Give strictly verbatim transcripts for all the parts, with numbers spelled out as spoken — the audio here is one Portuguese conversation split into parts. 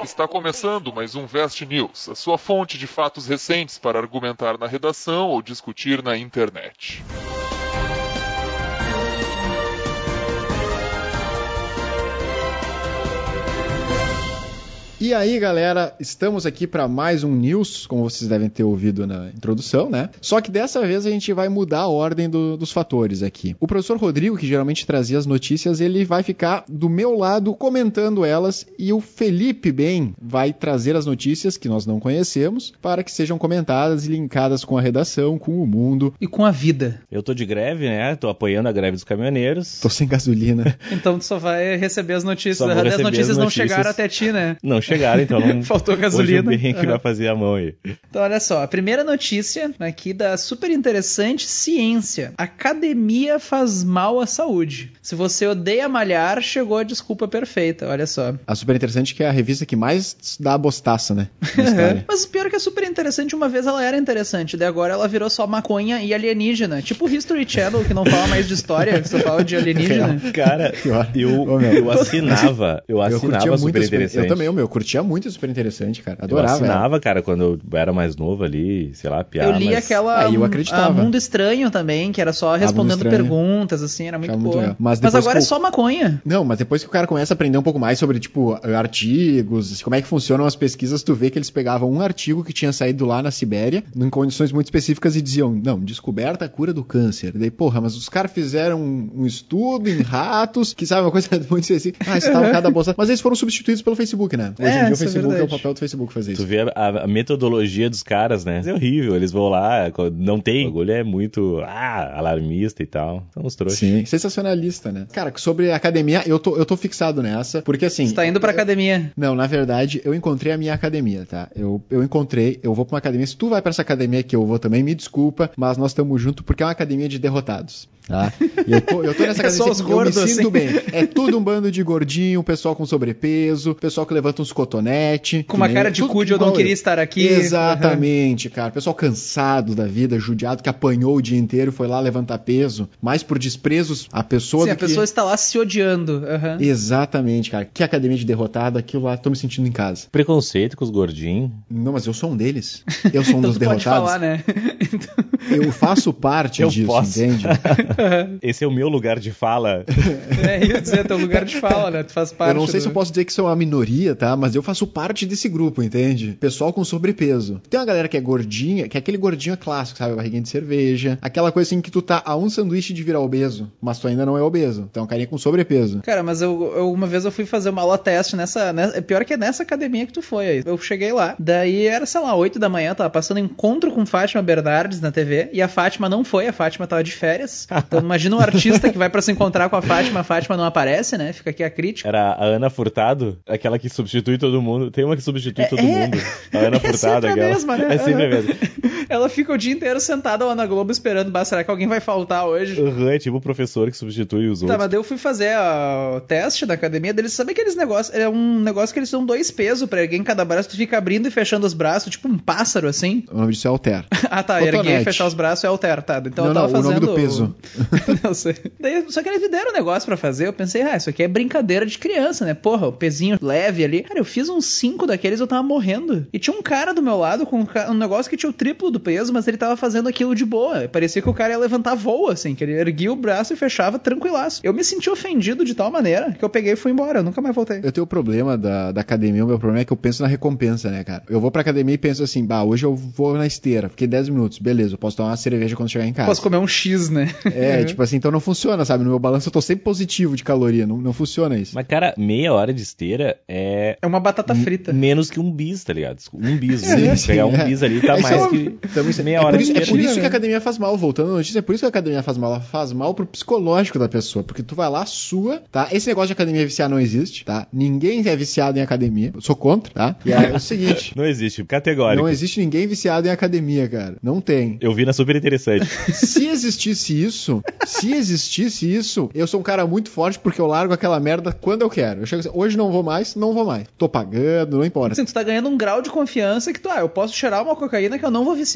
Está começando mais um Vest News, a sua fonte de fatos recentes para argumentar na redação ou discutir na internet. E aí, galera, estamos aqui para mais um News, como vocês devem ter ouvido na introdução, né? Só que dessa vez a gente vai mudar a ordem do, dos fatores aqui. O professor Rodrigo, que geralmente trazia as notícias, ele vai ficar do meu lado comentando elas, e o Felipe Ben vai trazer as notícias que nós não conhecemos para que sejam comentadas e linkadas com a redação, com o mundo. E com a vida. Eu tô de greve, né? Tô apoiando a greve dos caminhoneiros. Tô sem gasolina. Então tu só vai receber as notícias. As notícias, notícias não chegaram até ti, né? Não chegaram, então não... Faltou gasolina. Hoje o Ben que vai fazer a mão aí. Então olha só, a primeira notícia aqui da super interessante ciência. Academia faz mal à saúde. Se você odeia malhar, chegou a desculpa perfeita, olha só. A super interessante que é a revista que mais dá a bostaça, né? Mas o pior é que é super interessante, uma vez ela era interessante, daí agora ela virou só maconha e alienígena. Tipo o History Channel, que não fala mais de história, só fala de alienígena. Cara, eu, eu assinava, eu assinava eu super interessante. Eu também, eu curtia muito super interessante, cara. Adorava. Eu assinava, ela. cara, quando eu era mais novo ali, sei lá, piada. Eu li mas... aquela Aí eu acreditava. a Mundo Estranho também, que era só respondendo perguntas, assim, era muito Era boa. muito mas, mas agora que... é só maconha. Não, mas depois que o cara começa a aprender um pouco mais sobre, tipo, artigos, como é que funcionam as pesquisas, tu vê que eles pegavam um artigo que tinha saído lá na Sibéria, em condições muito específicas, e diziam, não, descoberta a cura do câncer. Daí, porra, mas os caras fizeram um, um estudo em ratos, que sabe, uma coisa muito específica. Ah, isso tava cada bolsa. Mas eles foram substituídos pelo Facebook, né? Hoje é, em dia o Facebook é, é o papel do Facebook fazer isso. Tu vê a, a metodologia dos caras, né? É horrível, eles vão lá, não tem, o bagulho é muito ah, alarmista e tal. São os trouxas. Sim, sensacionalista, né? Cara, sobre a academia, eu tô, eu tô fixado nessa, porque assim... Você tá indo pra eu, academia? Não, na verdade, eu encontrei a minha academia, tá? Eu, eu encontrei, eu vou pra uma academia, se tu vai pra essa academia que eu vou também, me desculpa, mas nós estamos juntos porque é uma academia de derrotados. Tá? E eu tô, eu tô nessa academia, é só os gordos, eu me sinto assim. bem. É tudo um bando de gordinho, pessoal com sobrepeso, pessoal que levanta uns cotonete. Com uma cara de cu de eu não queria estar aqui. Exatamente, cara. Pessoal cansado da vida, judiado, que apanhou o dia inteiro e foi lá levantar peso, mais por desprezos a pessoa Sim, do a que... pessoa está lá se odiando. Uhum. Exatamente, cara. Que academia de derrotado, aquilo lá, tô me sentindo em casa. Preconceito com os gordinhos. Não, mas eu sou um deles. Eu sou um então dos tu pode derrotados. Falar, né? Então... Eu faço parte eu disso, posso. entende? Esse é o meu lugar de fala. É, ia dizer, teu lugar de fala, né? Tu faz parte. Eu não sei do... se eu posso dizer que sou uma minoria, tá? Mas eu faço parte desse grupo, entende? Pessoal com sobrepeso. Tem uma galera que é gordinha, que é aquele gordinho clássico, sabe? Barriguinha de cerveja. Aquela coisa assim que tu tá a um sanduíche de virar obeso, mas tu ainda não é obeso. Então é um carinha com sobrepeso. Cara, mas eu, eu uma vez eu fui fazer uma aula teste nessa, nessa... Pior que é nessa academia que tu foi aí. Eu cheguei lá, daí era, sei lá, oito da manhã, tava passando Encontro com Fátima Bernardes na T V, e a Fátima não foi, a Fátima tava de férias. Então imagina um artista que vai pra se encontrar com a Fátima, a Fátima não aparece, né? Fica aqui a crítica. Era a Ana Furtado, aquela que substitui todo mundo. Tem uma que substitui é, todo é... mundo. A Ana Furtado, é aquela. A mesma, né? É sempre a mesma. Ela fica o dia inteiro sentada lá na Globo esperando, bah, será que alguém vai faltar hoje? Uhum, é tipo o professor que substitui os tá, outros. Mas daí eu fui fazer a... o teste da academia deles. Sabe aqueles negócios? É um negócio que eles dão dois pesos pra erguer em cada braço. Tu fica abrindo e fechando os braços, tipo um pássaro, assim. O nome disso é Alter. Ah, tá. Cotonete. Erguer e fechar os braços é Alter, tá. Então não, eu tava não, fazendo... o nome do peso. Não sei. Daí, só que eles me deram um negócio pra fazer. Eu pensei, ah, isso aqui é brincadeira de criança, né? Porra, o pezinho leve ali. Cara, eu fiz uns cinco daqueles, eu tava morrendo. E tinha um cara do meu lado com um negócio que tinha o triplo do peso, mas ele tava fazendo aquilo de boa. Parecia que o cara ia levantar voo, assim, que ele erguia o braço e fechava tranquilaço. Eu me senti ofendido de tal maneira que eu peguei e fui embora. Eu nunca mais voltei. Eu tenho o problema da, da academia, o meu problema é que eu penso na recompensa, né, cara? Eu vou pra academia e penso assim, bah, hoje eu vou na esteira, fiquei dez minutos, beleza, eu posso tomar uma cerveja quando chegar em casa. Posso comer um X, né? É, tipo assim, então não funciona, sabe? No meu balanço eu tô sempre positivo de caloria, não, não funciona isso. Mas, cara, meia hora de esteira é... É uma batata frita. Menos que um bis, tá ligado? Um bis. Sim, né? sim, Pegar um é. bis ali tá é mais uma... que então, isso, meia é hora por isso, de É por esteira. isso que a academia faz mal, voltando à notícia, é por isso que a academia faz mal. Ela faz mal pro psicológico da pessoa, porque tu vai lá, sua, tá? Esse negócio de academia viciar não existe, tá? Ninguém é viciado em academia, eu sou contra, tá? E aí é o seguinte... Não existe, categórico. Não existe ninguém viciado em academia, cara. Não tem. Eu vi na super interessante. Se existisse isso, se existisse isso, eu sou um cara muito forte porque eu largo aquela merda quando eu quero. Eu chego assim, hoje não vou mais, não vou mais. Tô pagando, não importa. Assim, tu tá ganhando um grau de confiança que tu, ah, eu posso cheirar uma cocaína que eu não vou viciar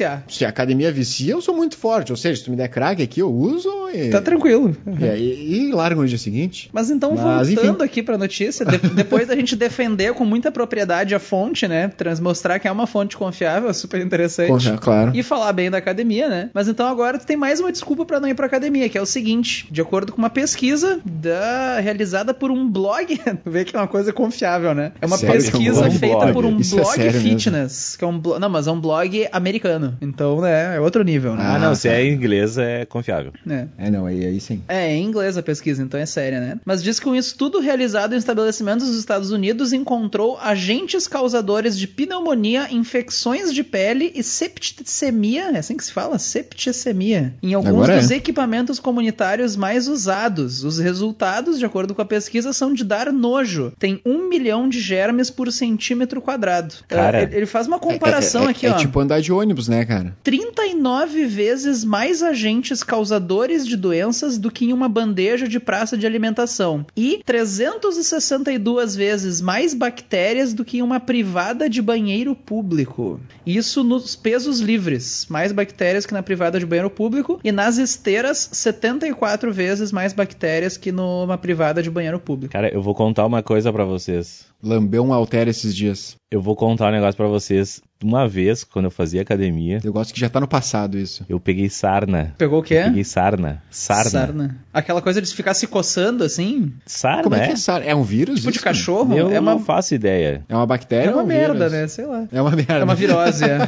viciar. Se a academia vicia, eu sou muito forte. Ou seja, se tu me der crack aqui, eu uso e... Tá tranquilo. É, e, e largo no dia seguinte. Mas então, Mas, voltando enfim. aqui pra notícia, de, depois da gente defender com muita propriedade a fonte, né? Trans, mostrar que é uma fonte confiável, super interessante. Confiável, claro. E falar bem da academia, né? Mas então agora tu tem mais uma desculpa pra não ir pra academia, que é o seguinte: de acordo com uma pesquisa da, realizada por um blog, vê que é uma coisa confiável, né? É uma Sério? pesquisa Um feita blog? por um Isso é blog sério fitness, que é um blog, não, mas é um blog americano. Então, né, é outro nível, né? Ah, Ah, não, tá. se é em inglês é confiável. É. É, não, aí, aí sim. É, é em inglês a pesquisa, então é séria, né? Mas diz que um estudo realizado em estabelecimentos dos Estados Unidos encontrou agentes causadores de pneumonia, infecções de pele e septicemia, é assim que se fala? Septicemia, em alguns Agora dos é. equipamentos comunitários mais usados. Os resultados, de acordo com a pesquisa, são de dar nojo. Tem um milhão de germes por centímetro quadrado. Cara. Uh, ele ele faz uma comparação é, é, aqui, é ó. É tipo andar de ônibus, né, cara? trinta e nove vezes mais agentes causadores de doenças do que em uma bandeja de praça de alimentação e trezentas e sessenta e duas vezes mais bactérias do que em uma privada de banheiro público. Isso nos pesos livres, mais bactérias que na privada de banheiro público, e nas esteiras, setenta e quatro vezes mais bactérias que numa privada de banheiro público. Cara, eu vou contar uma coisa pra vocês. Lambeu um halter esses dias. Eu vou contar um negócio pra vocês. Uma vez, quando eu fazia academia, Eu gosto que já tá no passado isso. eu peguei sarna. Pegou o quê? Eu peguei sarna. Sarna. Aquela coisa de ficar se coçando assim? Sarna, Como é é? que é sarna? É um vírus? Tipo de isso? cachorro? Eu é uma, não faço ideia. É uma bactéria? é uma ou um merda, vírus? né? Sei lá. É uma merda. É uma virose, é.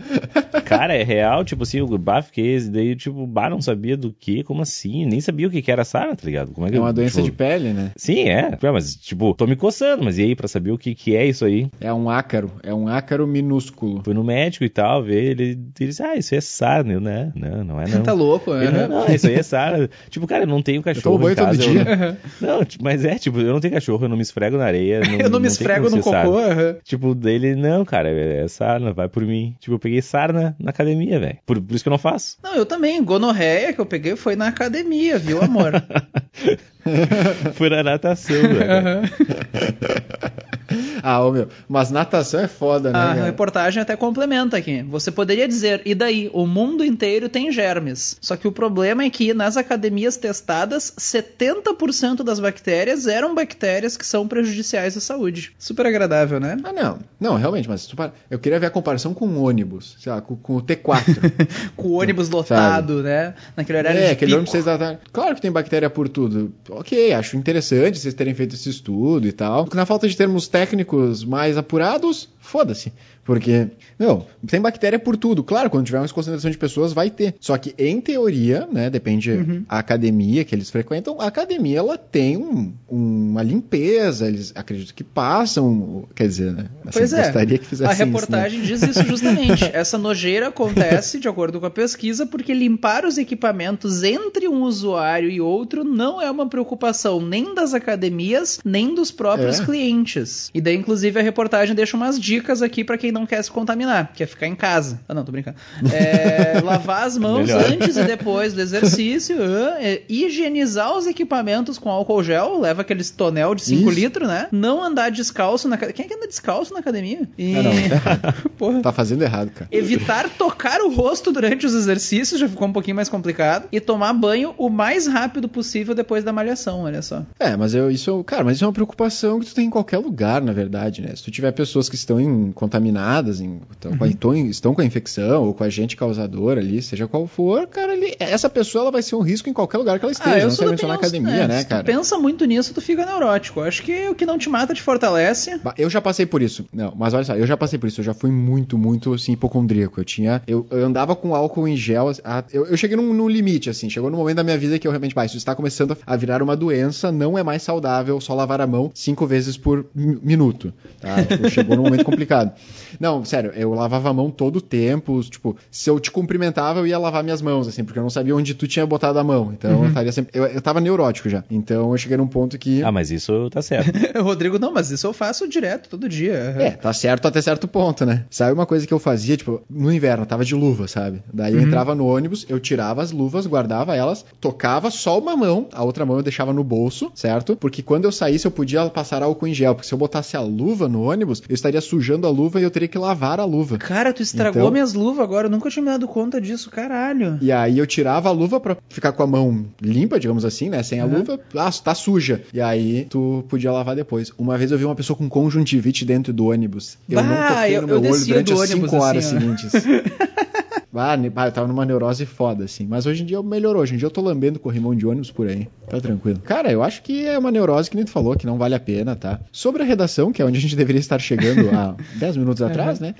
Cara, é real, tipo assim, o bah, fiquei, daí, tipo, bah, não sabia do que, como assim? Nem sabia o que que era sarna, tá ligado? Como é que É uma eu, doença tipo... de pele, né? Sim, é. É, mas, tipo, tô me coçando, mas e aí, pra saber o que que é isso aí? É um ácaro. É um ácaro minúsculo. Fui no médico e tal, ver, ele, ele disse, ah, isso aí é sarna. Eu, né? Não, não é não. Tá louco, Eu, é. não, não, isso aí é sarna. Tipo, cara, eu não tenho cachorro tomo banho em casa. todo eu dia. Não... não, tipo, mas é, tipo, eu não tenho cachorro, eu não me esfrego na areia. Não, Eu não me tem esfrego como no ser cocô. sarna. aham. Tipo, dele, não, cara, é sarna, vai por mim. Tipo, eu peguei sarna na academia, velho. Por, por isso que eu não faço. Não, eu também. Gonorreia que eu peguei foi na academia, viu, amor? Foi na natação, velho. Aham. Ah, ô meu. Mas natação é foda, né, A cara? reportagem até complementa aqui. Você poderia dizer, e daí? O mundo inteiro tem germes. Só que o problema é que nas academias testadas, setenta por cento das bactérias eram bactérias que são prejudiciais à saúde. Super agradável, né? Ah, não. Não, realmente, mas tu para- eu queria ver a comparação com um ônibus. Sei lá, com, com o T quatro. Com o ônibus lotado, né? Naquele horário É, de aquele pico. ônibus seis da tarde. Claro que tem bactéria por tudo. Ok, acho interessante vocês terem feito esse estudo e tal. Na falta de termos técnicos mais apurados, foda-se. Porque, não, tem bactéria por tudo. Claro, quando tiver uma concentração de pessoas, vai ter. Só que, em teoria, né, depende Uhum. a academia que eles frequentam, a academia, ela tem um- uma limpeza, eles acredito que passam, quer dizer, né? Assim, Pois é, gostaria que fizessem a isso, né? reportagem diz isso justamente. Essa nojeira acontece, de acordo com a pesquisa, porque limpar os equipamentos entre um usuário e outro não é uma preocupação nem das academias, nem dos próprios É. clientes. E daí, inclusive, a reportagem deixa umas dicas aqui pra quem não quer se contaminar, que é ficar em casa. Ah, não, tô brincando. É, lavar as mãos Melhor. antes e depois do exercício, ah, é, higienizar os equipamentos com álcool gel, leva aqueles tonel de cinco Isso. litros, né? Não andar descalço na academia. Quem é que anda descalço na academia? E... Ah, não, tá errado. Porra. Tá fazendo errado, cara. Evitar tocar o rosto durante os exercícios, já ficou um pouquinho mais complicado. E tomar banho o mais rápido possível depois da malhação, olha só. É, mas eu, isso, cara, mas isso é uma preocupação que tu tem em qualquer lugar, na verdade, né? Se tu tiver pessoas que estão em- contaminadas, em, estão, com a, estão em- estão com a infecção ou com agente causador ali, seja qual for, cara, ele, essa pessoa ela vai ser um risco em qualquer lugar que ela esteja, não sou sei da mencionar opinião, academia, é, né, se tu cara? pensa muito nisso, tu fica neurótico. Acho que o que não te mata te fortalece. Bah, Eu já passei por isso. Não, mas olha só, eu já passei por isso. Eu já fui muito, muito, assim, hipocondríaco. Eu tinha... Eu, eu andava com álcool em gel. a- eu, eu cheguei num, num limite, assim. Chegou num momento da minha vida que eu realmente... Bah, isso está começando a virar uma doença. Não é mais saudável só lavar a mão cinco vezes por mi- minuto. Tá? Tipo, chegou num momento complicado. Não, sério. Eu lavava a mão todo o tempo. Tipo, se eu te cumprimentava, eu ia lavar minhas mãos, assim. Porque eu não sabia onde tu tinha botado a mão. Então, eu estaria sempre... Eu, eu tava neurótico já. Então, eu cheguei num ponto que... Ah, mas isso tá certo. Rodrigo, não, mas isso eu faço direto, todo dia. É, tá certo até certo ponto, né? Sabe uma coisa que eu fazia, tipo, no inverno, eu tava de luva, sabe? Daí eu entrava no ônibus, eu tirava as luvas, guardava elas, tocava só uma mão, a outra mão eu deixava no bolso, certo? Porque quando eu saísse eu podia passar álcool em gel, porque se eu botasse a luva no ônibus, eu estaria sujando a luva e eu teria teria que lavar a luva. Cara, tu estragou Então- minhas luvas agora, eu nunca tinha me dado conta disso, caralho. E aí eu tirava a luva pra ficar com a mão limpa, digamos assim, né? Sem a Uhum. luva, ah, tá suja. E aí tu podia lavar depois. Uma vez eu vi uma pessoa com conjuntivite dentro do ônibus. Eu Bah, não toquei eu- no meu eu olho descia durante do as ônibus cinco horas assim, ó. seguintes. Ah, ne- ah, eu tava numa neurose foda, assim. Mas hoje em dia melhorou. Hoje em dia eu tô lambendo corrimão de ônibus por aí. Tá tranquilo. Cara, eu acho que é uma neurose que nem tu falou, que não vale a pena, tá? Sobre a redação, que é onde a gente deveria estar chegando há dez minutos atrás, né?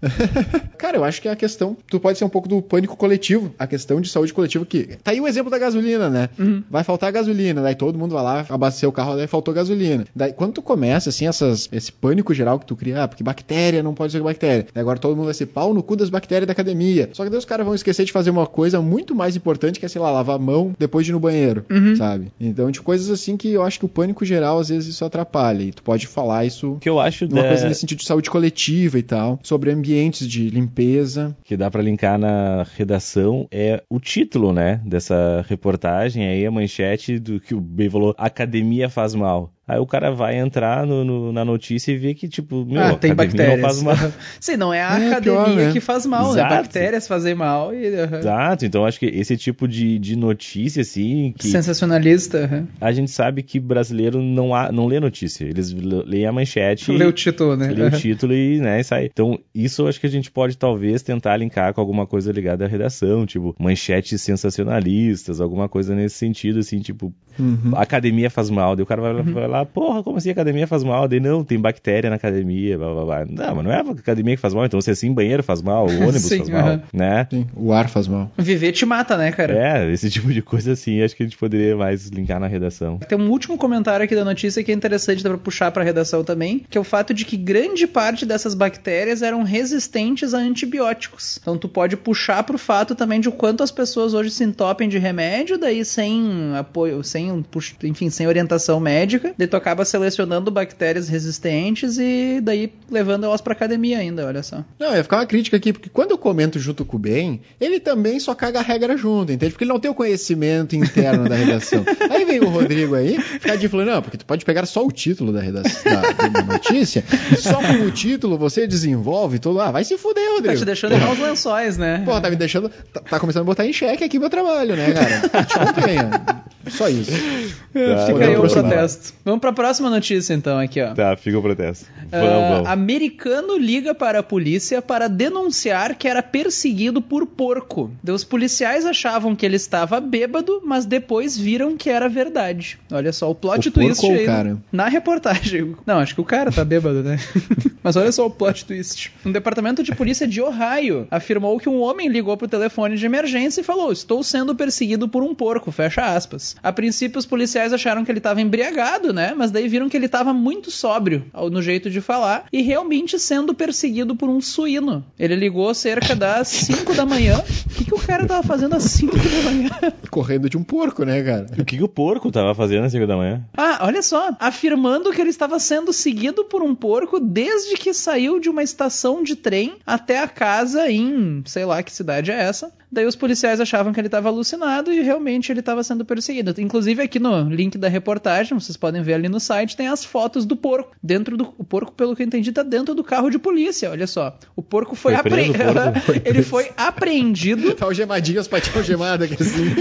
Cara, eu acho que é a questão, tu pode ser um pouco do pânico coletivo, a questão de saúde coletiva que, tá aí o exemplo da gasolina, né? Uhum. Vai faltar gasolina, daí todo mundo vai lá abastecer o carro, daí faltou gasolina. Daí quando tu começa, assim, essas, esse pânico geral que tu cria, ah, porque bactéria não pode ser bactéria. Daí agora todo mundo vai ser pau no cu das bactérias da academia. Só que daí os caras vão esquecer de fazer uma coisa muito mais importante, que é, sei lá, lavar a mão depois de ir no banheiro, Uhum. sabe? Então, de coisas assim que eu acho que o pânico geral, às vezes, isso atrapalha. E tu pode falar isso O que eu acho uma da- coisa nesse sentido de saúde coletiva e tal, sobre ambientes de limpeza. que dá pra linkar na redação é o título, né, dessa reportagem, aí a manchete do que o B falou, academia faz mal. Aí o cara vai entrar no, no- na notícia e vê que, tipo, meu, Ah, a tem academia bactérias. não faz mal. Sim, não é a É, academia pior, né? que faz mal, né? Exato. Bactérias fazem mal e... uhum. Exato, então acho que esse tipo de, de notícia, assim, que Sensacionalista. uhum. a gente sabe que brasileiro não, há, não lê notícia, eles l- leem a manchete... Lê o título, né? lê o Uhum. título e, né, e sai. Então, isso eu acho que a gente pode talvez tentar linkar com alguma coisa ligada à redação, tipo, manchetes sensacionalistas, alguma coisa nesse sentido, assim, tipo, Uhum. a academia faz mal. Daí o cara vai, lá- vai lá, porra, como assim a academia faz mal? Daí não, tem bactéria na academia, blá blá blá. Não, mas não é a academia que faz mal, então se assim, banheiro faz mal, o ônibus Sim, faz mal, aham. né? Sim, o ar faz mal. Viver te mata, né, cara? É, esse tipo de coisa assim, acho que a gente poderia mais linkar na redação. Tem um último comentário aqui da notícia que é interessante, dá pra puxar pra redação também, que é o fato de que grande parte dessas bactérias eram resistentes a antibióticos. Então tu pode puxar pro fato também de o quanto as pessoas hoje se entopem de remédio, daí sem apoio, sem, pux- enfim, sem orientação médica, daí tu acaba selecionando bactérias resistentes e daí levando elas pra academia ainda, olha só. Não, ia ficar uma crítica aqui, porque quando eu comento junto com o Ben, ele também só caga a regra junto, entende? Porque ele não tem o conhecimento interno da redação. Aí vem o Rodrigo aí, ficar de falando, não, porque tu pode pegar só o título da redação da, da notícia, e só com o título você desenvolve todo. Ah, vai se fuder, Tá Rodrigo. te deixando errar os lençóis, né? Porra, tá me deixando. Tá, tá começando a botar em xeque aqui meu trabalho, né, cara? Te contenha. Só isso. Tá, Fica aí o vamos lá. protesto. Vamos pra próxima notícia então, aqui ó. Tá, fica o protesto. Ah, Vamos, vamos. americano liga para a polícia para denunciar que era perseguido por porco. Daí os policiais achavam que ele estava bêbado, mas depois viram que era verdade. Olha só, o plot O twist porco ou o aí cara? na reportagem. Não, acho que o cara tá bêbado, né? Mas olha só o plot twist. Um departamento de polícia de Ohio afirmou que um homem ligou pro telefone de emergência e falou: estou sendo perseguido por um porco, fecha aspas. A princípio os policiais acharam que ele estava embriagado, né? Mas daí viram que ele estava muito sóbrio ao- no jeito de falar e realmente sendo perseguido por um suíno. Ele ligou cerca das cinco da manhã. O que, que o cara tava fazendo às cinco da manhã? Correndo de um porco, né, cara? O que, que o porco tava fazendo às cinco da manhã? Ah, olha só, afirmando que ele estava sendo seguido por um porco desde que saiu de uma estação de trem até a casa em, sei lá que cidade é essa. Daí os policiais achavam que ele estava alucinado e realmente ele estava sendo perseguido. Inclusive aqui no link da reportagem, vocês podem ver ali no site, tem as fotos do porco. Dentro do o porco, pelo que eu entendi, tá dentro do carro de polícia, olha só. O porco foi, Foi preso, apre... o porco foi ele foi apreendido. Tá algemadinho, as patinhas algemadas aqui assim.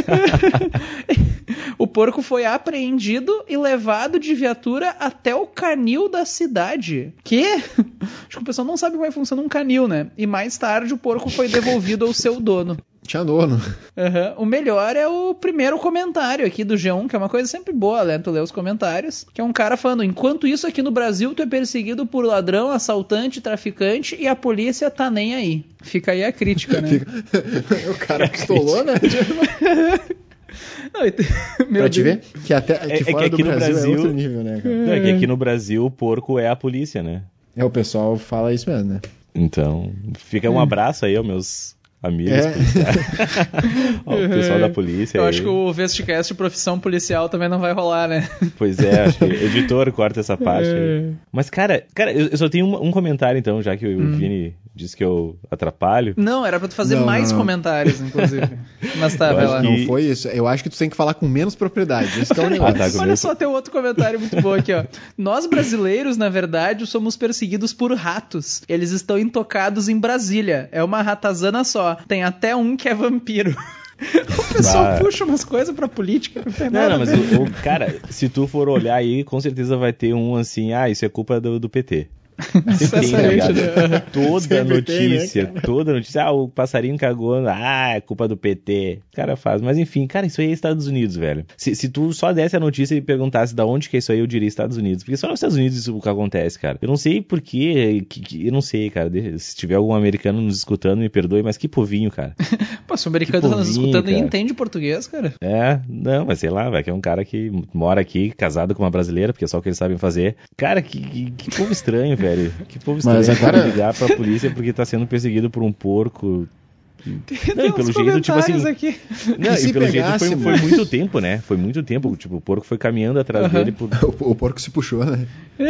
O porco foi apreendido e levado de viatura até o canil da cidade. Que? Acho que o pessoal não sabe como é que funciona um canil, né? E mais tarde o porco foi devolvido ao seu dono. Tinha nono. Uhum. O melhor é o primeiro comentário aqui do G um, que é uma coisa sempre boa, né? Tu lê os comentários. Que é um cara falando: enquanto isso aqui no Brasil tu é perseguido por ladrão, assaltante, traficante e a polícia tá nem aí. Fica aí a crítica, né? Fica... o cara pistolou, né? Não, e te- Meu Pra te Deus. ver que até que É- é que fora do aqui no Brasil, Brasil- é outro nível, né, cara? Não, é que aqui no Brasil o porco é a polícia, né? É, o pessoal fala isso mesmo, né? Então, fica um abraço aí aos meus amigos É. policiais. Ó, o pessoal da polícia Eu aí. acho que o Vestcast profissão policial também não vai rolar, né? Pois é, acho que o editor corta essa parte aí. Mas, cara, cara, eu eu só tenho um, um comentário, então, já que o Hum. Vini disse que eu atrapalho. Não, era pra tu fazer Não, mais não, não. comentários, inclusive. Mas tá, Eu vai acho lá. que- Não foi isso. Eu acho que tu tem que falar com menos propriedade. Esse que é o negócio. Ah, tá, Olha começa. só, tem outro comentário muito bom aqui, ó. Nós brasileiros, na verdade, somos perseguidos por ratos. Eles estão intocados em Brasília. É uma ratazana só. Tem até um que é vampiro. O pessoal Bah. puxa umas coisas pra política. Não tem Não, nada não, a mas ver. o, o- cara, se tu for olhar aí, com certeza vai ter um assim, ah, isso é culpa do, do P T. Sempre tem, tá ligado? né? Toda Sempre tem, né, notícia, cara? toda notícia, ah, o passarinho cagou, ah, é culpa do P T. O cara faz, mas enfim, cara, isso aí é Estados Unidos, velho. Se, se tu só desse a notícia e perguntasse da onde que é isso aí, eu diria Estados Unidos. Porque só nos Estados Unidos isso que acontece, cara. Eu não sei porquê, que, que, eu não sei, cara. Deixa- se tiver algum americano nos escutando, me perdoe, mas que povinho, cara. Pô, se o americano Que tá nos povinho, escutando e cara. entende português, cara. É, não, mas sei lá, vai que é um cara que mora aqui, casado com uma brasileira, porque é só o que eles sabem fazer. Cara, que, que, que povo estranho, velho. Que povo estranho. Mas agora- Pode ligar pra polícia porque tá sendo perseguido por um porco. Não, Tem e pelo uns jeito, tipo assim. comentários aqui. Não, E e se pelo jeito foi, pegássemos? foi muito tempo, né? Foi muito tempo. Tipo, o porco foi caminhando atrás Aham. dele por. O, o porco se puxou, né?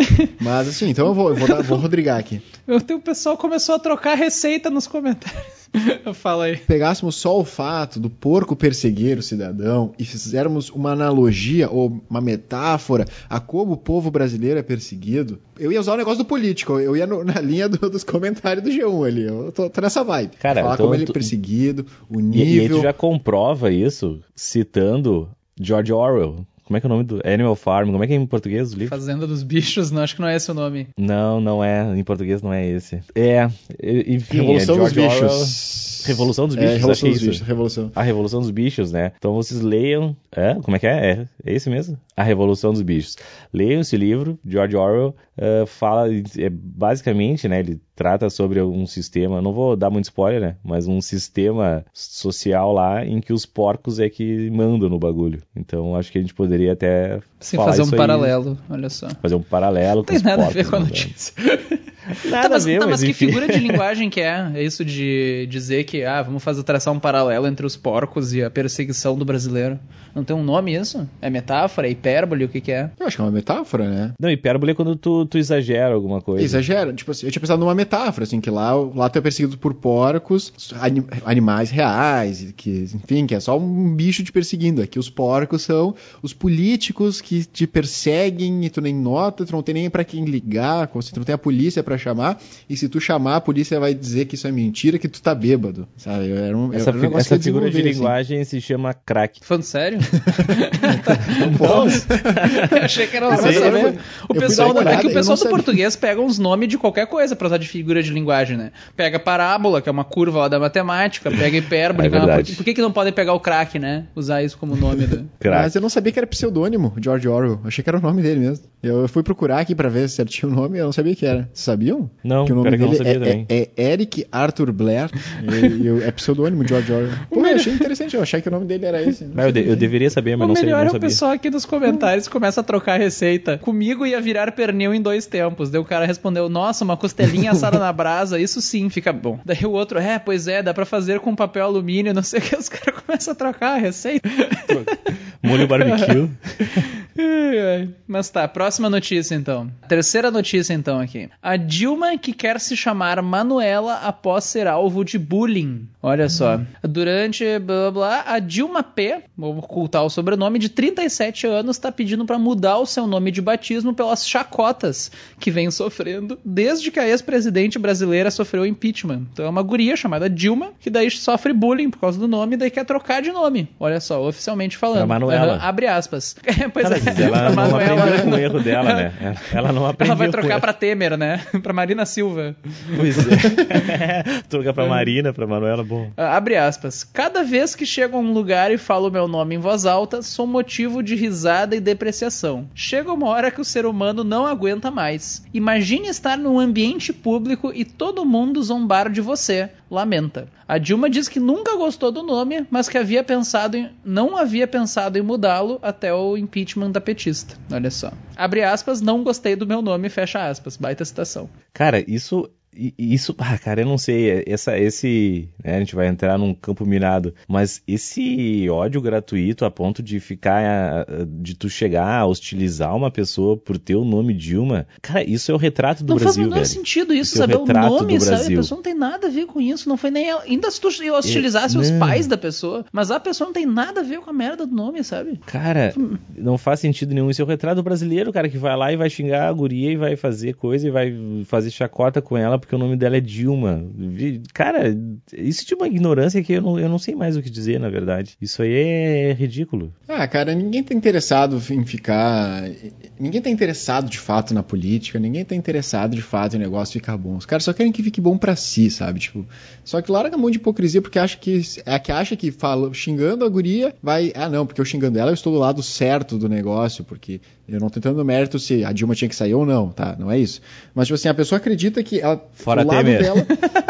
Mas assim, então eu vou, eu vou, dar, vou rodrigar aqui. O pessoal começou a trocar receita nos comentários. Fala aí. Pegássemos só o fato do porco perseguir o cidadão e fizermos uma analogia ou uma metáfora a como o povo brasileiro é perseguido, eu ia usar o negócio do político, eu ia no- na linha do- dos comentários do G um ali, eu tô, tô nessa vibe. Cara, Falar então como ele é tu- perseguido, o E, e aí nível... tu já comprova isso citando George Orwell. Como é que é o nome do Animal Farm? Como é que é em português o livro? Fazenda dos Bichos, não, acho que não é esse o nome. Não, não é. Em português não é esse. É, e- enfim, Revolução é dos George Bichos. Orwell. Revolução dos É, Bichos, Revolução achei dos isso. Bichos, Revolução. A Revolução dos Bichos, né? Então vocês leiam. É? Como é que é? É, é esse mesmo? A Revolução dos Bichos. Leiam esse livro, George Orwell. Uh, fala, é, basicamente, né? Ele trata sobre um sistema, não vou dar muito spoiler, né? Mas um sistema social lá em que os porcos é que mandam no bagulho. Então acho que a gente poderia até. Sim, falar fazer um isso aí, paralelo, olha só. Fazer um paralelo Não com tem os nada a porcos. ver com a mandando. notícia. Nada Tá, mas, a ver, tá, mas mas que enfim. figura de linguagem que é? É isso de dizer que, ah, vamos fazer traçar um paralelo entre os porcos e a perseguição do brasileiro. Não tem um nome isso? É metáfora? É hipérbole? O que que é? Eu acho que é uma metáfora, né? Não, hipérbole é quando tu, tu exagera alguma coisa. Exagera, tipo assim, eu tinha pensado numa metáfora, assim, que lá, lá tu é perseguido por porcos, ani- animais reais, que, enfim, que é só um bicho te perseguindo. Aqui os porcos são os políticos que te perseguem e tu nem nota, tu não tem nem pra quem ligar, como se tu não tem a polícia pra chamar, e se tu chamar, a polícia vai dizer que isso é mentira, que tu tá bêbado, sabe? Era um, Essa, era um fi- negócio essa que eu figura de desenvolvi, assim. linguagem se chama crack. Tô falando sério? Bom, Eu achei que era uma Sei, coisa eu mesmo. fui- O eu fui pessoal, dar uma é que olhada, o eu pessoal não do sabia. português pega uns nomes de qualquer coisa pra usar de figura de linguagem, né? Pega parábola, que é uma curva lá da matemática, pega hipérbole, É que é uma... verdade. Por que que não podem pegar o crack, né? Usar isso como nome do... Crack. Mas eu não sabia que era pseudônimo, George Orwell. Achei que era o nome dele mesmo. Eu fui procurar aqui pra ver certinho o nome, eu não sabia que era. Vocês sabiam? Não, que o nome pera que eu não dele sabia é, também. é, é Eric Arthur Blair. e, e é pseudônimo George Orwell. Pô, eu achei interessante, eu achei que o nome dele era esse. Não, eu, de- eu deveria saber, mas O não sei, melhor não é o sabia. pessoal aqui nos comentários começa a trocar receita. Comigo ia virar pernil em dois tempos. Daí o cara respondeu, nossa, uma costelinha assada na brasa, isso sim fica bom. Daí o outro, é, pois é, dá pra fazer com papel alumínio, não sei o que. Os caras começam a trocar a receita. Molho barbecue. Ai, ai. Mas tá, próxima notícia então. Terceira notícia então aqui. A Dilma que quer se chamar Manuela após ser alvo de bullying. Olha só. Durante blá blá blá, a Dilma P, vou ocultar o sobrenome, de trinta e sete anos, tá pedindo pra mudar o seu nome de batismo pelas chacotas que vem sofrendo desde que a ex-presidente brasileira sofreu impeachment. Então é uma guria chamada Dilma que daí sofre bullying por causa do nome e daí quer trocar de nome. Olha só, oficialmente falando. Pra Manuela. Aham, abre aspas. pois Cara, é. mas ela Pra não Manuela, aprendeu com o né? erro dela, né? Ela não aprendeu Ela vai com trocar erro. pra Temer, né? Pra Marina Silva. Pois é. Trocar pra Marina, pra Manuela, bom. Ah, abre aspas. Cada vez que chego a um lugar e falo meu nome em voz alta, sou motivo de risada e depreciação. Chega uma hora que o ser humano não aguenta mais. Imagine estar num ambiente público e todo mundo zombar de você. Lamenta. A Dilma diz que nunca gostou do nome, mas que havia pensado em, não havia pensado em mudá-lo até o impeachment da petista. Olha só. Abre aspas, não gostei do meu nome, fecha aspas. Baita citação. Cara, isso... isso, ah, cara, eu não sei, essa, esse, né, a gente vai entrar num campo minado, mas esse ódio gratuito a ponto de ficar, de tu chegar a hostilizar uma pessoa por ter o nome Dilma, cara, isso é o retrato do não Brasil, Não faz o menor velho. sentido isso, isso saber é o, retrato o nome, do sabe? Brasil. A pessoa não tem nada a ver com isso, não foi nem ela, ainda se tu hostilizasse é, os não. pais da pessoa, mas a pessoa não tem nada a ver com a merda do nome, sabe? Cara, não faz sentido nenhum, isso é o retrato brasileiro, cara, que vai lá e vai xingar a guria e vai fazer coisa e vai fazer chacota com ela porque o nome dela é Dilma. Cara, isso de uma ignorância que eu não, eu não sei mais o que dizer, na verdade. Isso aí é ridículo. Ah, cara, ninguém tá interessado em ficar... Ninguém tá interessado de fato na política, ninguém tá interessado de fato em negócio ficar bom. Os caras só querem que fique bom pra si, sabe? Tipo, só que larga a mão de hipocrisia porque acha que, é que acha que fala, xingando a guria, vai... Ah, não, porque eu xingando ela eu estou do lado certo do negócio, porque eu não tô tentando mérito se a Dilma tinha que sair ou não, tá? Não é isso. Mas, tipo assim, a pessoa acredita que ela, Fora o lado Temer. dela...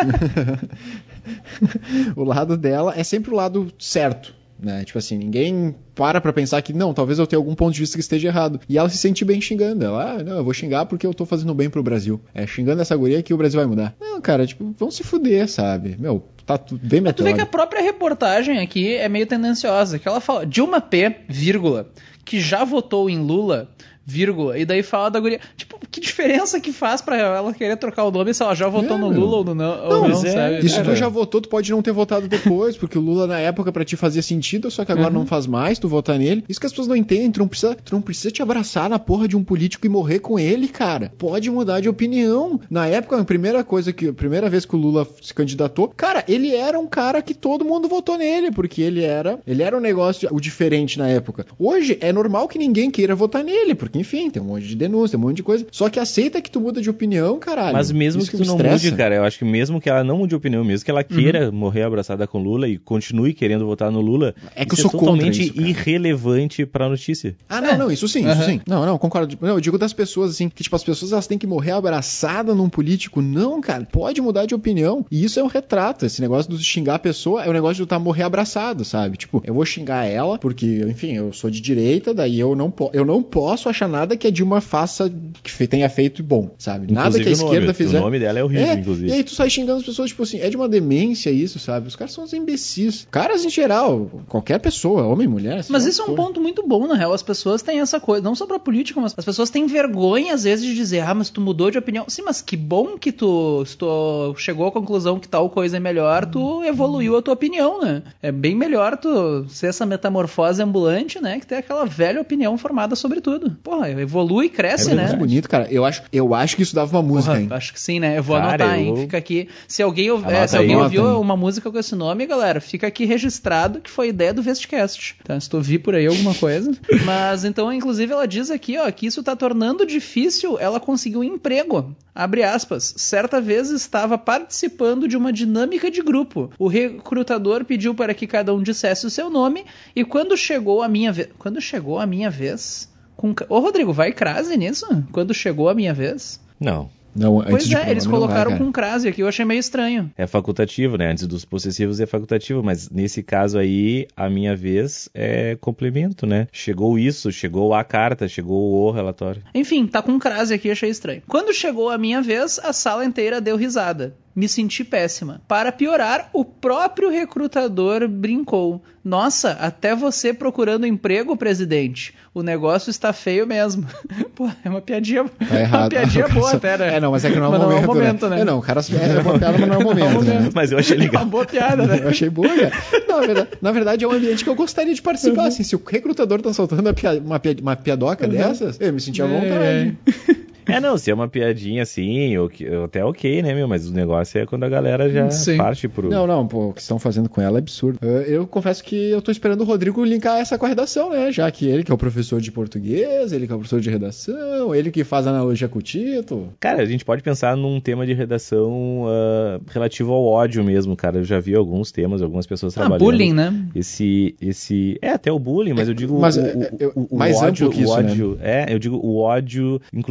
o lado dela é sempre o lado certo, né? Tipo assim, ninguém para pra pensar que, não, talvez eu tenha algum ponto de vista que esteja errado. E ela se sente bem xingando. Ela, ah, não, eu vou xingar porque eu tô fazendo bem pro Brasil. É, xingando essa guria que o Brasil vai mudar. Não, cara, tipo, vão se fuder, sabe? Meu, tá tudo bem Mas tu vê metódico. que a própria reportagem aqui é meio tendenciosa, que ela fala, Dilma P, vírgula, que já votou em Lula, vírgula, e daí fala da guria. Tipo, que diferença que faz pra ela querer trocar o nome se ela já votou É, no meu. Lula ou no não, ou Não, não é, sabe? e se Cara, tu já votou, tu pode não ter votado depois, porque o Lula na época pra ti fazia sentido, só que agora Uhum. não faz mais, tu votar nele. Isso que as pessoas não entendem, tu não, precisa, tu não precisa te abraçar na porra de um político e morrer com ele, cara. Pode mudar de opinião. Na época, a primeira coisa que, a primeira vez que o Lula se candidatou, cara, ele era um cara que todo mundo votou nele, porque ele era, ele era um negócio, o diferente na época. Hoje, é normal que ninguém queira votar nele, porque enfim, tem um monte de denúncia, tem um monte de coisa. Só que aceita que tu muda de opinião, caralho. Mas mesmo Isso que, que tu me não estressa. mude, cara, eu acho que mesmo que ela não mude de opinião, mesmo que ela queira morrer abraçada com Lula e continue querendo votar no Lula, É que eu isso sou é totalmente contra isso, cara. irrelevante pra notícia. Ah, não, não, isso sim, isso sim. Não, não, concordo. Não, eu digo das pessoas, assim, que, tipo, as pessoas elas têm que morrer abraçada num político. Não, cara, pode mudar de opinião. E isso é um retrato. Esse negócio de xingar a pessoa é o negócio de tu tá morrer abraçado, sabe? Tipo, eu vou xingar ela, porque, enfim, eu sou de direita, daí eu não, po- eu não posso achar nada que a Dilma faça, que fe- tenha feito bom, sabe? Nada Inclusive que a o nome, esquerda fizer. O nome dela é horrível, É, inclusive. e aí tu sai xingando as pessoas, tipo assim, é de uma demência isso, sabe? Os caras são uns imbecis. Caras em geral, qualquer pessoa, homem, mulher. Mas sei isso é lá, um for. ponto muito bom, na real. As pessoas têm essa coisa, não só pra política, mas as pessoas têm vergonha, às vezes, de dizer, ah, mas tu mudou de opinião. Sim, mas que bom que tu, se tu chegou à conclusão que tal coisa é melhor, tu evoluiu a tua opinião, né? É bem melhor tu ser essa metamorfose ambulante, né? Que ter aquela velha opinião formada sobre tudo. Porra, evolui, cresce, É né? muito bonito, cara. Eu acho, eu acho que isso dava uma música, Porra, hein? acho que sim, né? Eu vou Cara, anotar, hein? eu- Fica aqui. Se alguém, ouv- é, Anota se aí. alguém Anota ouviu aí. uma música com esse nome, galera, fica aqui registrado que foi ideia do Vestcast. Então, se tu vir por aí alguma coisa. Mas, então, inclusive, ela diz aqui, ó, que isso tá tornando difícil ela conseguir um emprego. Abre aspas. Certa vez estava participando de uma dinâmica de grupo. O recrutador pediu para que cada um dissesse o seu nome e quando chegou a minha vez... Quando chegou a minha vez... Com... Ô, Rodrigo, vai crase nisso? Quando chegou a minha vez... Não. Não, antes Pois de é, pôr eles nome, não colocaram vai, cara. com crase aqui, eu achei meio estranho. É facultativo, né? Antes dos possessivos é facultativo, mas nesse caso aí, a minha vez é complemento, né? Chegou isso, chegou a carta, chegou o relatório. Enfim, tá com crase aqui, achei estranho. Quando chegou a minha vez, a sala inteira deu risada. Me senti péssima. Para piorar, o próprio recrutador brincou. Nossa, até você procurando emprego, presidente. O negócio está feio mesmo. Pô, é uma piadinha, Tá errado. uma piadinha O cara boa só- até, né? É, não, mas é que não é o Mas momento, não é o momento, né? É, não, o cara é uma piada, mas não é o momento, né? Mas eu achei É uma legal. boa piada, né? Eu achei boa, cara. Não, na, verdade, na verdade, é um ambiente que eu gostaria de participar. Assim, se o recrutador tá soltando uma, pia- uma, pia- uma piadoca dessas, eu me senti à vontade. É, não, se é uma piadinha assim, ou que- até ok, né, meu? Mas o negócio é quando a galera já Sim. parte pro... Não, não, pô, o que estão fazendo com ela é absurdo. Eu, eu confesso que eu tô esperando o Rodrigo linkar essa com a redação, né? Já que ele que é o professor de português, ele que é o professor de redação, ele que faz analogia com o título. Cara, a gente pode pensar num tema de redação ah, relativo ao ódio mesmo, cara. Eu já vi alguns temas, algumas pessoas Ah, trabalhando. bullying, né? Esse, esse... É, até o bullying, mas eu digo Mas, o, é, o, eu- o, o mais ódio, amplo que isso, o ódio, é, eu digo o ódio, inclusive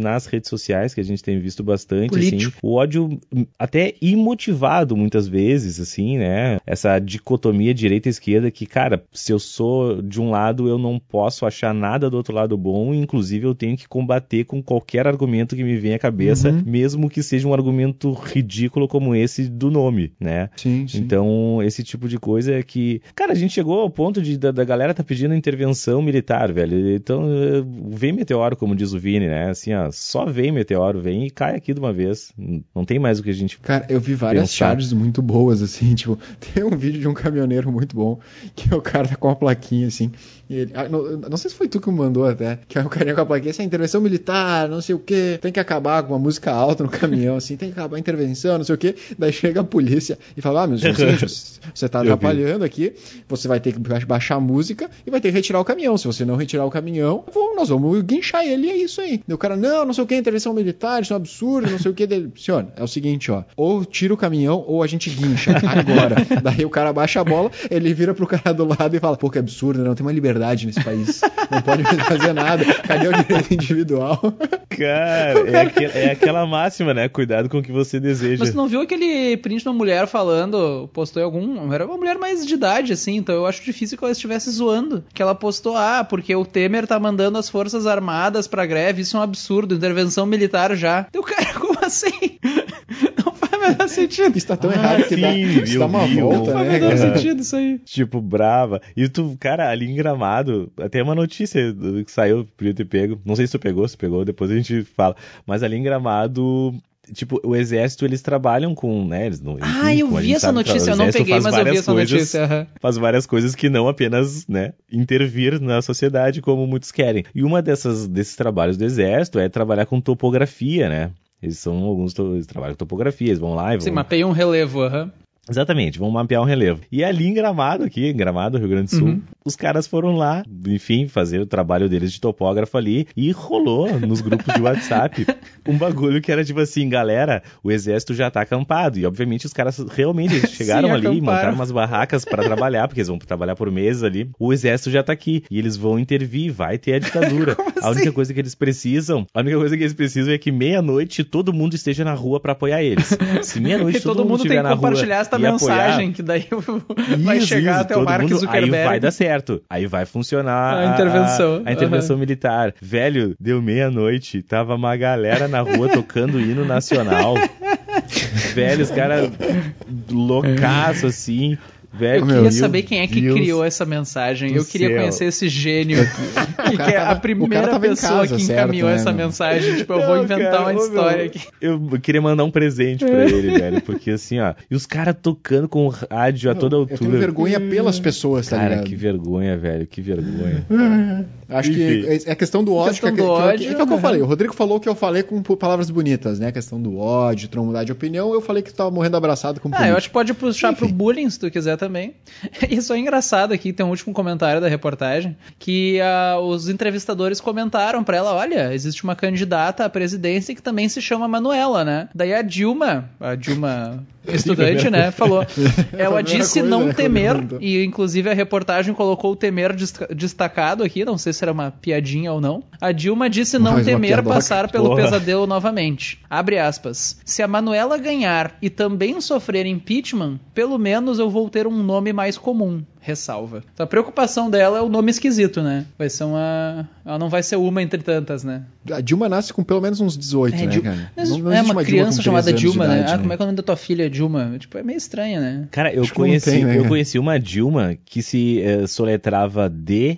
nas redes sociais, que a gente tem visto bastante, Político. assim, o ódio até imotivado muitas vezes, assim, né? Essa dicotomia direita-esquerda que, cara, se eu sou de um lado, eu não posso achar nada do outro lado bom, inclusive eu tenho que combater com qualquer argumento que me venha à cabeça, Uhum. mesmo que seja um argumento ridículo como esse do nome, né? Sim, sim. Então, esse tipo de coisa é que... Cara, a gente chegou ao ponto de, da, da galera tá pedindo intervenção militar, velho. Então, eh, vem meteoro, como diz o Vini, né? Assim, ó, só vem meteoro, vem e cai aqui de uma vez. Não tem mais o que a gente... Cara, eu vi várias pensar. charges muito boas, assim, tipo, tem um vídeo de um caminhoneiro muito bom, que o cara tá com uma plaquinha, assim, e ele, ah, não, não sei se foi tu que me mandou até, que é o carinha com a plaquinha, essa é intervenção militar, não sei o que, tem que acabar com uma música alta no caminhão, assim, tem que acabar a intervenção, não sei o que, daí chega a polícia e fala, ah, meu senhor, você tá atrapalhando aqui, você vai ter que baixar a música e vai ter que retirar o caminhão, se você não retirar o caminhão, nós vamos guinchar ele, e é isso aí. Daí o cara, não, não sei o que, intervenção militar, isso é um absurdo, não sei o que, dele, senhor, é o seguinte, ó, ou tira o caminhão ou a gente guincha agora. Daí o cara baixa a bola, ele vira pro cara do lado e fala, pô, que absurdo, não tem uma liberdade nesse país, não pode fazer nada, cadê o direito individual? Cara, é, aqu- é aquela máxima, né? Cuidado com o que você deseja. Mas tu não viu aquele print de uma mulher falando, postou em algum... Era uma mulher mais de idade, assim, então eu acho difícil que ela estivesse zoando. Que ela postou, ah, porque o Temer tá mandando as Forças Armadas pra greve, isso é um absurdo, intervenção militar já. Deu, cara, como assim? Não faz o menor sentido. Isso tá tão Ah, errado que sim, dá, isso eu dá uma vi, eu- volta, Não faz o né, menor cara? sentido isso aí. Tipo, brava. E tu, cara, ali em Gramado, até uma notícia do- que saiu, podia ter pego. Não sei se tu pegou, se pegou, depois a gente fala. Mas ali em Gramado, tipo, o exército, eles trabalham com, né, eles não... Ah, enfim, eu como a vi gente essa sabe, notícia, o eu não exército peguei, faz mas eu vi várias essa coisas- notícia. aham. Faz várias coisas que não apenas, né, intervir na sociedade como muitos querem. E uma dessas, desses trabalhos do exército é trabalhar com topografia, né? Eles são alguns, to- eles trabalham com topografia, eles vão lá e vão... Sim, mapeia um relevo, aham. Exatamente, vão mapear um relevo. E ali em Gramado, aqui em Gramado, Rio Grande do Sul, Uhum. os caras foram lá, enfim, fazer o trabalho deles de topógrafo ali, e rolou nos grupos de WhatsApp um bagulho que era tipo assim, galera, o exército já tá acampado. E obviamente os caras realmente eles chegaram Sim, ali, acamparam. montaram umas barracas pra trabalhar, porque eles vão trabalhar por meses ali. O exército já tá aqui, e eles vão intervir, vai ter a ditadura. Como A única assim? coisa que eles precisam, a única coisa que eles precisam é que meia-noite todo mundo esteja na rua pra apoiar eles. Se meia-noite E todo mundo tem estiver que na rua compartilhar essa e mensagem, apoiar, que daí vai isso, chegar isso, até o todo Mark mundo- Zuckerberg. Aí vai dar certo. Aí vai funcionar A intervenção. A, a intervenção militar. Velho, deu meia-noite, tava uma galera na rua tocando hino nacional. Velho, os caras loucaço assim. Velho, Eu Meu queria Deus, saber quem é que Deus criou essa mensagem. do Eu queria céu. conhecer esse gênio. que, cara que é a tava- o primeira cara tava em pessoa casa, que certo, encaminhou né, essa meu? mensagem. Tipo, eu vou Não, inventar cara, uma ô, meu, história aqui. Eu queria mandar um presente pra ele, velho. Porque assim, ó. E os caras tocando com rádio a toda Eu altura. tenho vergonha pelas pessoas, tá Cara, ligado? que vergonha, velho. Que vergonha. Acho que Enfim. é a questão do ódio. Questão que, é- do que, é- ódio, que é o que eu aham. falei. O Rodrigo falou que eu falei com p- palavras bonitas, né? A questão do ódio, tu não mudar de opinião. Eu falei que tu tava morrendo abraçado com Ah, eu político. acho que pode puxar Enfim. pro bullying, se tu quiser também. E só é engraçado aqui, tem um último comentário da reportagem, que ah, os entrevistadores comentaram pra ela, olha, existe uma candidata à presidência que também se chama Manuela, né? Daí a Dilma, a Dilma estudante, né, falou, ela primeira disse coisa, não né, temer, quando perguntou. e inclusive a reportagem colocou o temer desta- destacado aqui, não sei se era uma piadinha ou não. A Dilma disse não Mais uma temer piadoca. passar pelo Porra. pesadelo novamente. Abre aspas. Se a Manuela ganhar e também sofrer impeachment, pelo menos eu vou ter um nome mais comum. Ressalva. Então a preocupação dela é o nome esquisito, né? Vai ser uma... Ela não vai ser uma entre tantas, né? A Dilma nasce com pelo menos uns dezoito, né, Dil- cara? Mas Não- não é existe uma Dilma criança com chamada treze anos de Dilma, né? idade, Ah, como é que é o nome da tua filha, Dilma? Tipo, é meio estranho, né? Cara, eu Acho que não conheci, tem, né, eu cara? conheci uma Dilma que se eh, soletrava D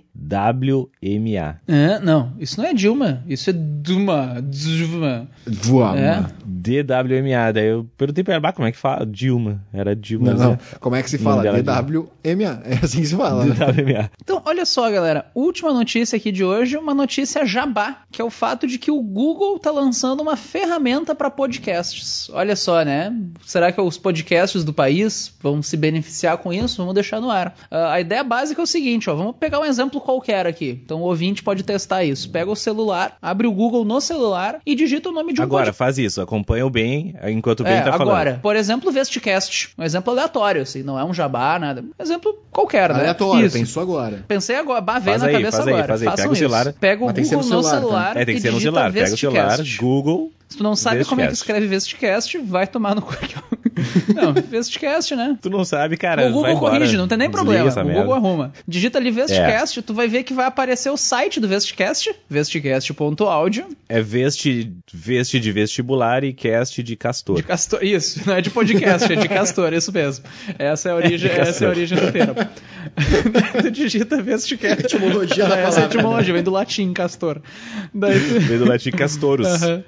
W M A. É, não, isso não é Dilma. Isso é Duma. Dilma. Voa, É. mano. D W M A. Daí eu perguntei pra ela, "Ah, como é que fala? Dilma. Era Dilma. Não, não. né? Como é que se O nome fala? dela é D W M A. É assim que se fala, D né? W M A. Então, olha só, galera. Última notícia aqui de hoje, uma notícia jabá, que é o fato de que o Google tá lançando uma ferramenta para podcasts. Olha só, né? Será que os podcasts do país vão se beneficiar com isso? Vamos deixar no ar. Ah, a ideia básica é o seguinte, ó. Vamos pegar um exemplo qualquer aqui. Então, o ouvinte pode testar isso. Pega o celular, abre o Google no celular e digita o nome de um Agora, podcast. faz isso. Acompanha o bem enquanto o bem É, tá falando. agora, por exemplo, o Vestcast. Um exemplo aleatório, assim, não é um jabá, nada. Um exemplo qualquer. qualquer, né? Aleatório, Isso. pensou agora. Pensei agora, bah, veio Faz na aí, cabeça faz aí, agora. faz aí. Façam Pega o isso. celular. Pega o Mas tem que ser Google no no celular, celular, tá? É, tem que e ser no digita celular. Pega o celular, Vestcast. Google. Se tu não sabe como é que Vestcast. escreve Vestcast, vai tomar no cu. Não, Vestcast, né? Tu não sabe, cara. O Google vai embora. corrige, não tem nem Desliga problema. essa O merda. Google arruma. Digita ali Vestcast, tu vai ver que vai aparecer o site do Vestcast, vestcast ponto audio. É veste, veste de vestibular e cast de castor. De castor, isso, não é de podcast, é de castor, isso mesmo. Essa é a origem, É essa é a origem do termo. Tu digita Vestcast. Etimologia da Essa é a palavra. etimologia, vem do latim, castor. Daí tu... Vem do latim castorus. Aham.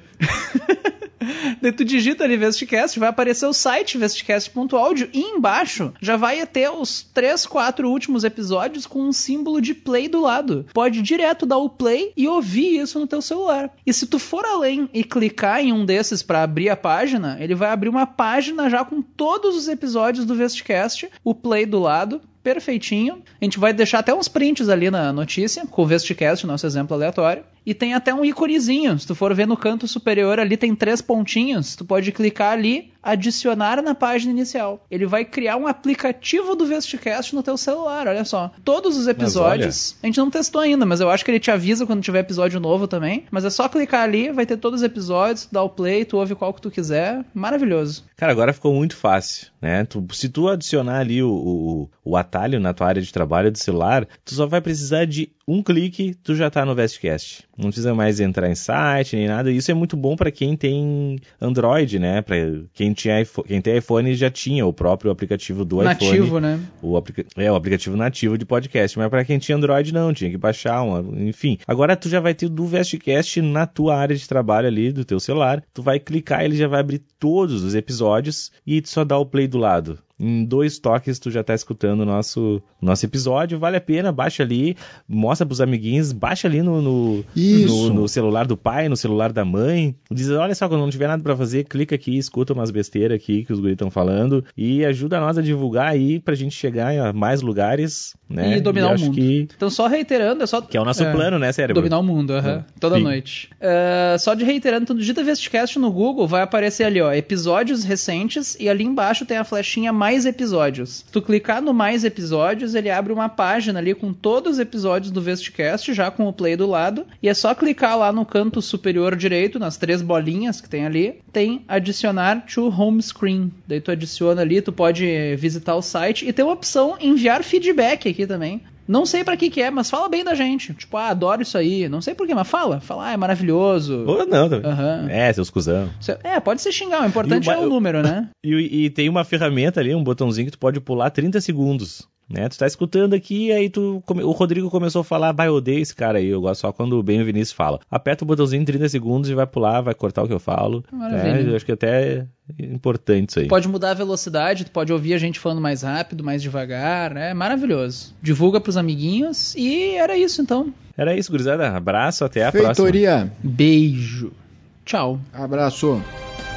Daí tu digita ali Vestcast, vai aparecer o site vestcast ponto audio e embaixo já vai ter os três, quatro últimos episódios com um símbolo de play do lado. Pode direto dar o play e ouvir isso no teu celular. E se tu for além e clicar em um desses pra abrir a página, ele vai abrir uma página já com todos os episódios do Vestcast, o play do lado, perfeitinho. A gente vai deixar até uns prints ali na notícia, com o Vestcast, nosso exemplo aleatório. E tem até um íconezinho. Se tu for ver no canto superior ali, tem três pontinhos. Tu pode clicar ali, adicionar na página inicial. Ele vai criar um aplicativo do Vestcast no teu celular, olha só. Todos os episódios, a gente não testou ainda, mas eu acho que ele te avisa quando tiver episódio novo também. Mas é só clicar ali, vai ter todos os episódios, tu dá o play, tu ouve qual que tu quiser. Maravilhoso. Cara, agora ficou muito fácil, né? Tu, se tu adicionar ali o, o, o atalho na tua área de trabalho do celular, tu só vai precisar de um clique, tu já tá no Vestcast. Não precisa mais entrar em site nem nada. Isso é muito bom para quem tem Android, né? Para quem tinha iPhone, quem tem iPhone já tinha o próprio aplicativo do Nativo, iPhone. Nativo, né? O aplica- é, o aplicativo nativo de podcast. Mas para quem tinha Android não, tinha que baixar uma, enfim. Agora tu já vai ter o do Vestcast na tua área de trabalho ali, do teu celular. Tu vai clicar, ele já vai abrir todos os episódios e tu só dá o play do lado. Em dois toques tu já tá escutando o nosso, nosso episódio, vale a pena, baixa ali, mostra pros amiguinhos, baixa ali no, no, no, no celular do pai, no celular da mãe, diz, olha só, quando não tiver nada pra fazer, clica aqui, escuta umas besteiras aqui que os guris estão falando e ajuda nós a divulgar aí pra gente chegar a mais lugares, né? E dominar e o acho mundo. Que... Então só reiterando, é só... Que é o nosso é, plano, né, cérebro? Dominar o mundo, aham, uh-huh, toda Sim. noite. Uh, só de reiterando, então digita Vestcast no Google, vai aparecer ali, ó, episódios recentes e ali embaixo tem a flechinha mais episódios. Se tu clicar no mais episódios, ele abre uma página ali com todos os episódios do Vestcast, já com o play do lado, e é só clicar lá no canto superior direito, nas três bolinhas que tem ali, tem adicionar to home screen. Daí tu adiciona ali, tu pode visitar o site e tem uma opção enviar feedback aqui também. Não sei pra que que é, mas fala bem da gente. Tipo, ah, adoro isso aí. Não sei porquê, mas fala. Fala, ah, é maravilhoso. Ou não, uhum. É, seus cuzão. É, pode ser xingar, o importante o, é o número, né? E, e tem uma ferramenta ali, um botãozinho que tu pode pular trinta segundos. Né? Tu tá escutando aqui, aí tu, o Rodrigo começou a falar, bah, eu odeio esse cara aí, eu gosto só quando o Ben e o Vinícius falam. Aperta o botãozinho em trinta segundos e vai pular, vai cortar o que eu falo. Maravilha. É, eu acho que até é importante isso aí. Pode mudar a velocidade, tu pode ouvir a gente falando mais rápido, mais devagar, né? Maravilhoso. Divulga pros amiguinhos e era isso então. Era isso, gurizada. Abraço, até a Feitoria. próxima. Beijo. Tchau. Abraço.